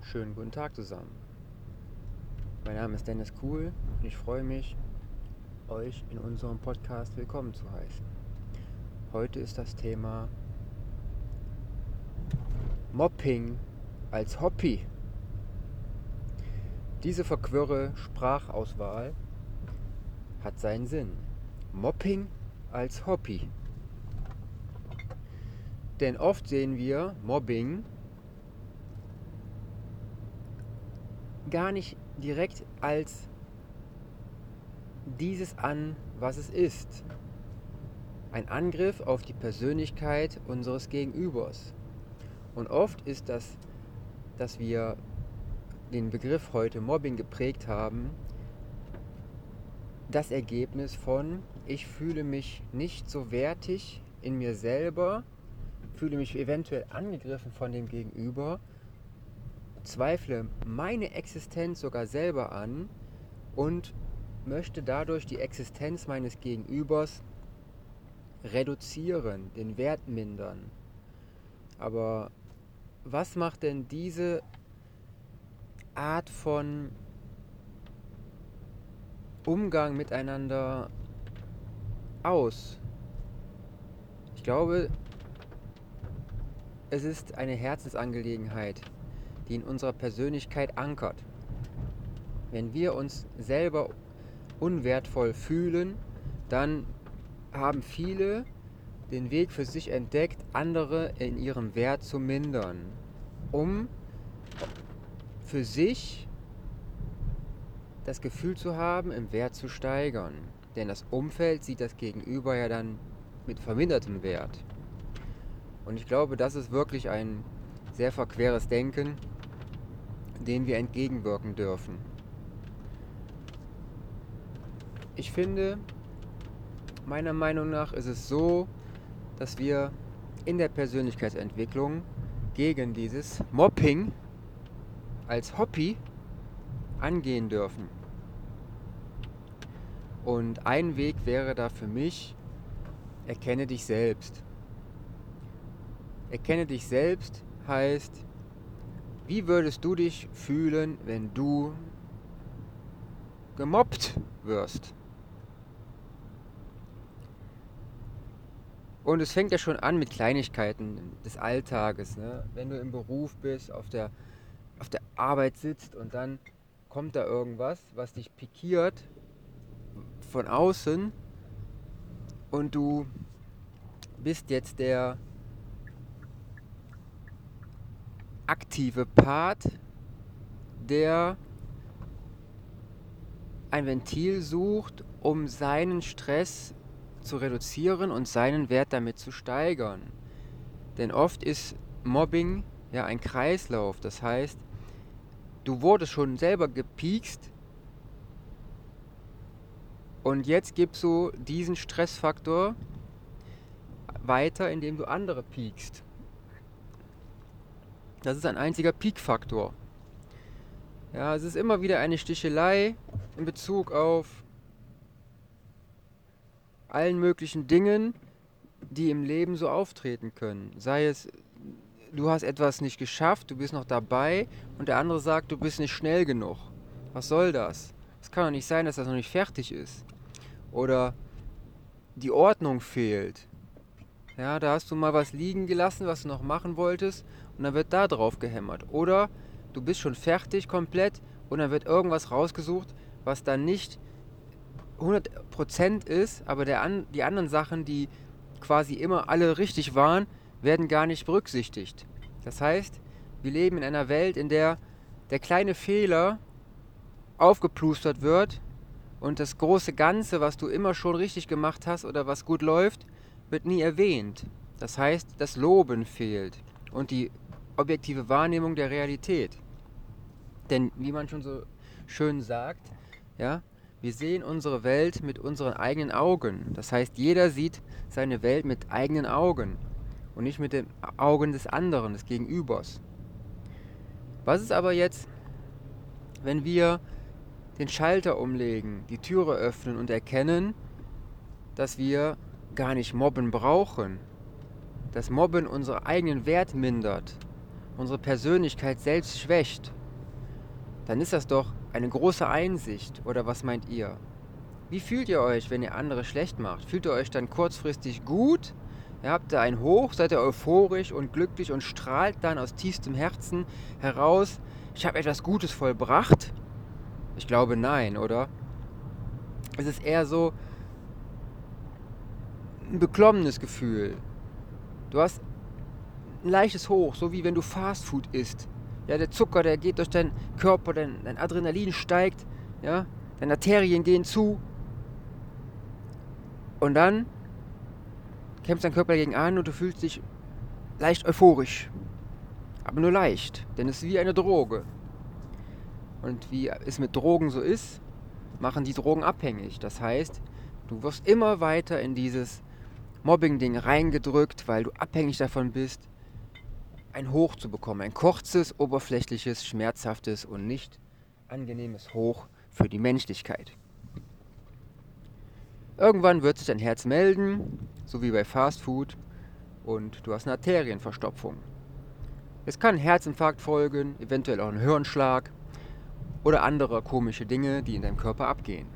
Schönen guten Tag zusammen. Mein Name ist Dennis Kuhl und ich freue mich, euch in unserem Podcast willkommen zu heißen. Heute ist das Thema Mobbing als Hobby. Diese verquirre Sprachauswahl hat seinen Sinn. Mobbing als Hobby. Denn oft sehen wir Mobbing gar nicht direkt als dieses an, was es ist. Ein Angriff auf die Persönlichkeit unseres Gegenübers. Und oft ist das, dass wir den Begriff heute Mobbing geprägt haben, das Ergebnis von: ich fühle mich nicht so wertig in mir selber, fühle mich eventuell angegriffen von dem Gegenüber, zweifle meine Existenz sogar selber an und möchte dadurch die Existenz meines Gegenübers reduzieren, den Wert mindern. Aber was macht denn diese Art von Umgang miteinander aus? Ich glaube, es ist eine Herzensangelegenheit, die in unserer Persönlichkeit ankert. Wenn wir uns selber unwertvoll fühlen, dann haben viele den Weg für sich entdeckt, andere in ihrem Wert zu mindern, um für sich das Gefühl zu haben, im Wert zu steigern. Denn das Umfeld sieht das Gegenüber ja dann mit vermindertem Wert. Und ich glaube, das ist wirklich ein sehr verqueres Denken, dem wir entgegenwirken dürfen. Ich finde, meiner Meinung nach ist es so, dass wir in der Persönlichkeitsentwicklung gegen dieses Mobbing als Hobby angehen dürfen. Und ein Weg wäre da für mich: erkenne dich selbst. Erkenne dich selbst heißt, wie würdest du dich fühlen, wenn du gemobbt wirst? Und es fängt ja schon an mit Kleinigkeiten des Alltages, ne? Wenn du im Beruf bist, auf der Arbeit sitzt und dann kommt da irgendwas, was dich pikiert von außen und du bist jetzt der aktive Part, der ein Ventil sucht, um seinen Stress zu reduzieren und seinen Wert damit zu steigern. Denn oft ist Mobbing ja ein Kreislauf. Das heißt, du wurdest schon selber gepiekst und jetzt gibst du diesen Stressfaktor weiter, indem du andere piekst. Das ist ein einziger Peak-Faktor. Ja, es ist immer wieder eine Stichelei in Bezug auf allen möglichen Dingen, die im Leben so auftreten können. Sei es, du hast etwas nicht geschafft, du bist noch dabei und der andere sagt, du bist nicht schnell genug. Was soll das? Es kann doch nicht sein, dass das noch nicht fertig ist. Oder die Ordnung fehlt. Ja, da hast du mal was liegen gelassen, was du noch machen wolltest, und dann wird da drauf gehämmert. Oder du bist schon fertig komplett und dann wird irgendwas rausgesucht, was dann nicht 100% ist, aber die anderen Sachen, die quasi immer alle richtig waren, werden gar nicht berücksichtigt. Das heißt, wir leben in einer Welt, in der der kleine Fehler aufgeplustert wird und das große Ganze, was du immer schon richtig gemacht hast oder was gut läuft, wird nie erwähnt. Das heißt, das Loben fehlt und die objektive Wahrnehmung der Realität. Denn wie man schon so schön sagt, ja, wir sehen unsere Welt mit unseren eigenen Augen. Das heißt, jeder sieht seine Welt mit eigenen Augen und nicht mit den Augen des anderen, des Gegenübers. Was ist aber jetzt, wenn wir den Schalter umlegen, die Türe öffnen und erkennen, dass wir gar nicht mobben brauchen, dass Mobben unseren eigenen Wert mindert unsere Persönlichkeit selbst schwächt, dann ist das doch eine große Einsicht. Oder was meint ihr? Wie fühlt ihr euch, wenn ihr andere schlecht macht? Fühlt ihr euch dann kurzfristig gut? Ihr habt da ein Hoch, seid ihr euphorisch und glücklich und strahlt dann aus tiefstem Herzen heraus, ich habe etwas Gutes vollbracht? Ich glaube nein, oder? Es ist eher so ein beklommenes Gefühl. Du hast ein leichtes Hoch, so wie wenn du Fastfood isst. Ja, der Zucker, der geht durch deinen Körper, dein Adrenalin steigt, ja, deine Arterien gehen zu. Und dann kämpft dein Körper dagegen an und du fühlst dich leicht euphorisch. Aber nur leicht, denn es ist wie eine Droge. Und wie es mit Drogen so ist, machen die Drogen abhängig. Das heißt, du wirst immer weiter in dieses Mobbing-Ding reingedrückt, weil du abhängig davon bist, ein Hoch zu bekommen. Ein kurzes, oberflächliches, schmerzhaftes und nicht angenehmes Hoch für die Menschlichkeit. Irgendwann wird sich dein Herz melden, so wie bei Fastfood, und du hast eine Arterienverstopfung. Es kann ein Herzinfarkt folgen, eventuell auch ein Hirnschlag oder andere komische Dinge, die in deinem Körper abgehen.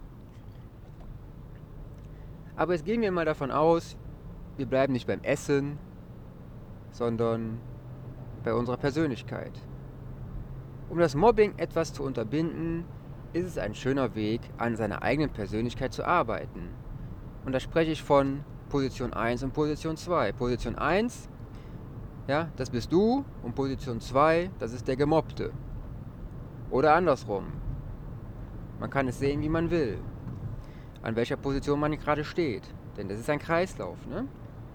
Aber jetzt gehen wir mal davon aus, wir bleiben nicht beim Essen, sondern bei unserer Persönlichkeit. Um das Mobbing etwas zu unterbinden, ist es ein schöner Weg, an seiner eigenen Persönlichkeit zu arbeiten. Und da spreche ich von Position 1 und Position 2. Position 1, ja, das bist du, und Position 2, das ist der Gemobbte. Oder andersrum. Man kann es sehen, wie man will. An welcher Position man gerade steht. Denn das ist ein Kreislauf, ne?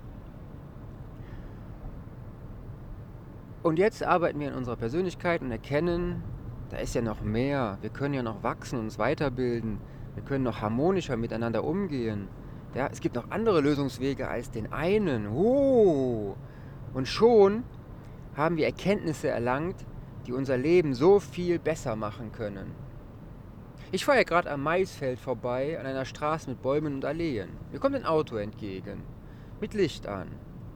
Und jetzt arbeiten wir an unserer Persönlichkeit und erkennen, da ist ja noch mehr. Wir können ja noch wachsen und uns weiterbilden. Wir können noch harmonischer miteinander umgehen. Ja, es gibt noch andere Lösungswege als den einen. Oh! Und schon haben wir Erkenntnisse erlangt, die unser Leben so viel besser machen können. Ich fahre ja gerade am Maisfeld vorbei, an einer Straße mit Bäumen und Alleen. Mir kommt ein Auto entgegen, mit Licht an.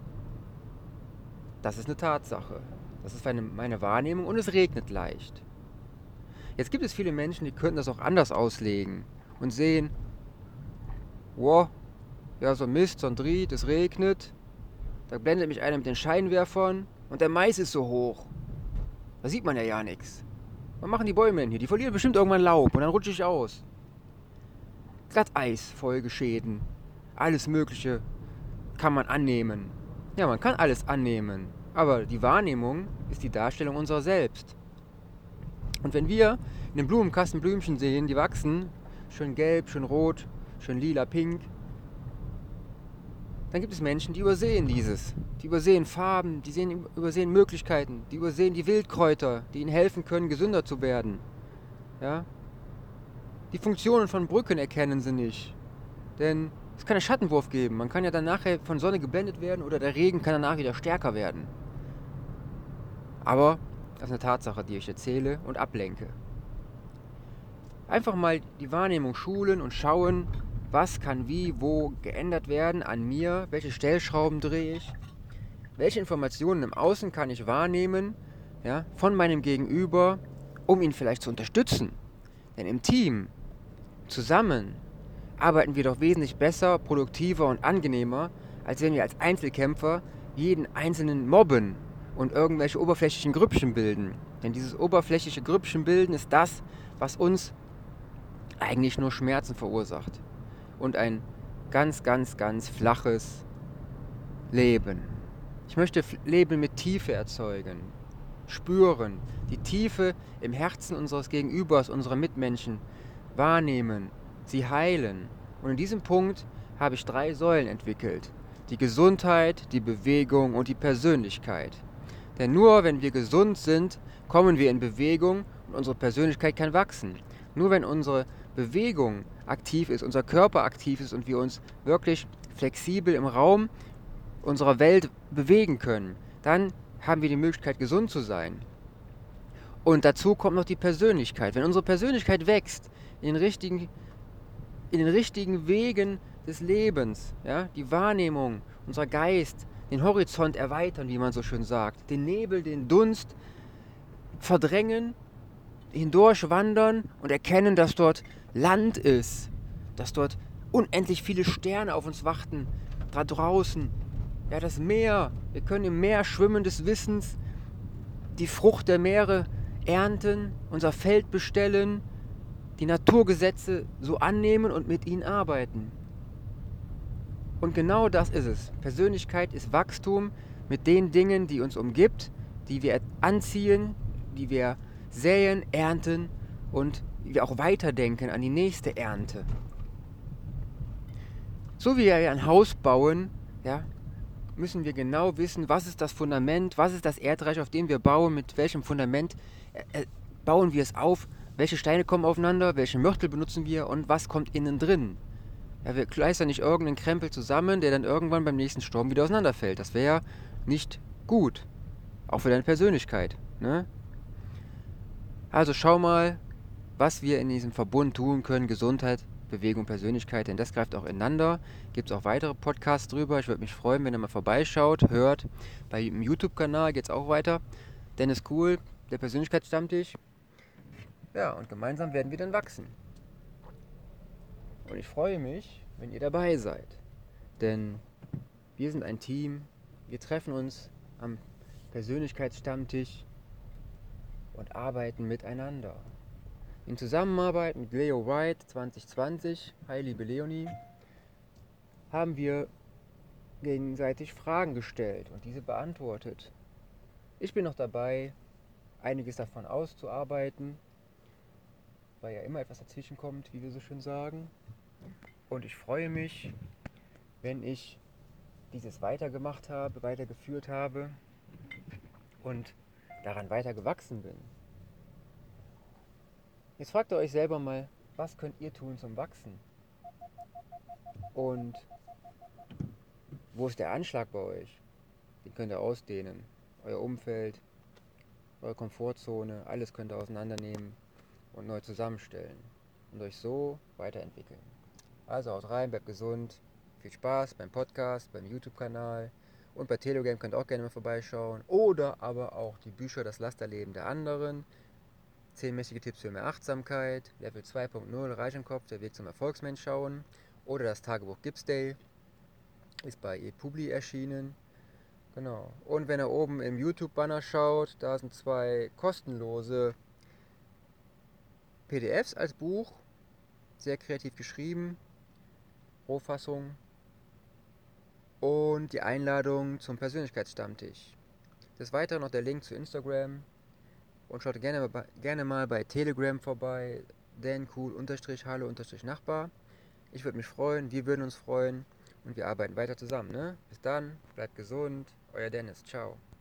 Das ist eine Tatsache. Das ist meine Wahrnehmung und es regnet leicht. Jetzt gibt es viele Menschen, die könnten das auch anders auslegen und sehen, wow, ja, so ein Mist, so ein Dried, es regnet, da blendet mich einer mit den Scheinwerfern und der Mais ist so hoch. Da sieht man ja nichts. Was machen die Bäume denn hier? Die verlieren bestimmt irgendwann Laub und dann rutsche ich aus. Glatteis, Folgeschäden, alles Mögliche kann man annehmen. Ja, man kann alles annehmen, aber die Wahrnehmung ist die Darstellung unserer selbst. Und wenn wir in einem Blumenkasten Blümchen sehen, die wachsen, schön gelb, schön rot, schön lila, pink, dann gibt es Menschen, die übersehen dieses. Die übersehen Farben, die übersehen Möglichkeiten, die übersehen die Wildkräuter, die ihnen helfen können, gesünder zu werden. Ja? Die Funktionen von Brücken erkennen sie nicht. Denn es kann einen Schattenwurf geben. Man kann ja dann nachher von Sonne geblendet werden oder der Regen kann danach wieder stärker werden. Aber das ist eine Tatsache, die ich erzähle und ablenke. Einfach mal die Wahrnehmung schulen und schauen, was kann wie, wo geändert werden an mir, welche Stellschrauben drehe ich, welche Informationen im Außen kann ich wahrnehmen, ja, von meinem Gegenüber, um ihn vielleicht zu unterstützen. Denn im Team, zusammen, arbeiten wir doch wesentlich besser, produktiver und angenehmer, als wenn wir als Einzelkämpfer jeden Einzelnen mobben und irgendwelche oberflächlichen Grüppchen bilden. Denn dieses oberflächliche Grüppchen bilden ist das, was uns eigentlich nur Schmerzen verursacht. Und ein ganz, ganz, ganz flaches Leben. Ich möchte Leben mit Tiefe erzeugen. Spüren, die Tiefe im Herzen unseres Gegenübers, unserer Mitmenschen wahrnehmen, sie heilen. Und in diesem Punkt habe ich 3 Säulen entwickelt. Die Gesundheit, die Bewegung und die Persönlichkeit. Denn nur wenn wir gesund sind, kommen wir in Bewegung und unsere Persönlichkeit kann wachsen. Nur wenn unsere Bewegung aktiv ist, unser Körper aktiv ist und wir uns wirklich flexibel im Raum unserer Welt bewegen können, dann haben wir die Möglichkeit, gesund zu sein. Und dazu kommt noch die Persönlichkeit. Wenn unsere Persönlichkeit wächst, in den richtigen Wegen des Lebens, ja, die Wahrnehmung, unser Geist, den Horizont erweitern, wie man so schön sagt, den Nebel, den Dunst verdrängen, hindurchwandern und erkennen, dass dort Land ist, dass dort unendlich viele Sterne auf uns warten, da draußen. Ja, das Meer, wir können im Meer schwimmen des Wissens, die Frucht der Meere ernten, unser Feld bestellen, die Naturgesetze so annehmen und mit ihnen arbeiten. Und genau das ist es. Persönlichkeit ist Wachstum mit den Dingen, die uns umgibt, die wir anziehen, die wir säen, ernten und wir auch weiterdenken an die nächste Ernte. So wie wir ein Haus bauen, ja, müssen wir genau wissen, was ist das Fundament, was ist das Erdreich, auf dem wir bauen, mit welchem Fundament bauen wir es auf, welche Steine kommen aufeinander, welche Mörtel benutzen wir und was kommt innen drin. Ja, wir kleistern nicht irgendeinen Krempel zusammen, der dann irgendwann beim nächsten Sturm wieder auseinanderfällt. Das wäre nicht gut. Auch für deine Persönlichkeit. Ne? Also schau mal, was wir in diesem Verbund tun können. Gesundheit, Bewegung, Persönlichkeit. Denn das greift auch ineinander. Gibt es auch weitere Podcasts drüber. Ich würde mich freuen, wenn ihr mal vorbeischaut, hört. Beim YouTube-Kanal geht es auch weiter. Dennis Kuhl, der Persönlichkeitsstammtisch. Ja, und gemeinsam werden wir dann wachsen. Und ich freue mich, wenn ihr dabei seid. Denn wir sind ein Team, wir treffen uns am Persönlichkeitsstammtisch und arbeiten miteinander. In Zusammenarbeit mit Leo White 2020, hi liebe Leonie, haben wir gegenseitig Fragen gestellt und diese beantwortet. Ich bin noch dabei, einiges davon auszuarbeiten, weil ja immer etwas dazwischen kommt, wie wir so schön sagen. Und ich freue mich, wenn ich dieses weitergemacht habe, weitergeführt habe und daran weiter gewachsen bin. Jetzt fragt ihr euch selber mal, was könnt ihr tun zum Wachsen? Und wo ist der Anschlag bei euch? Den könnt ihr ausdehnen. Euer Umfeld, eure Komfortzone, alles könnt ihr auseinandernehmen und neu zusammenstellen und euch so weiterentwickeln. Also haut rein, bleibt gesund, viel Spaß beim Podcast, beim YouTube-Kanal und bei Telegram könnt ihr auch gerne mal vorbeischauen. Oder aber auch die Bücher Das Lasterleben der anderen. 10 mächtige Tipps für mehr Achtsamkeit, Level 2.0, Reich im Kopf, der Weg zum Erfolgsmensch schauen. Oder das Tagebuch Gibbs Day, ist bei ePubli erschienen. Genau. Und wenn ihr oben im YouTube-Banner schaut, da sind 2 kostenlose PDFs als Buch, sehr kreativ geschrieben, Rohfassung und die Einladung zum Persönlichkeitsstammtisch. Des Weiteren noch der Link zu Instagram und schaut gerne mal bei Telegram vorbei, dancool_hallo_nachbar. Ich würde mich freuen, wir würden uns freuen und wir arbeiten weiter zusammen. Ne? Bis dann, bleibt gesund, euer Dennis, ciao.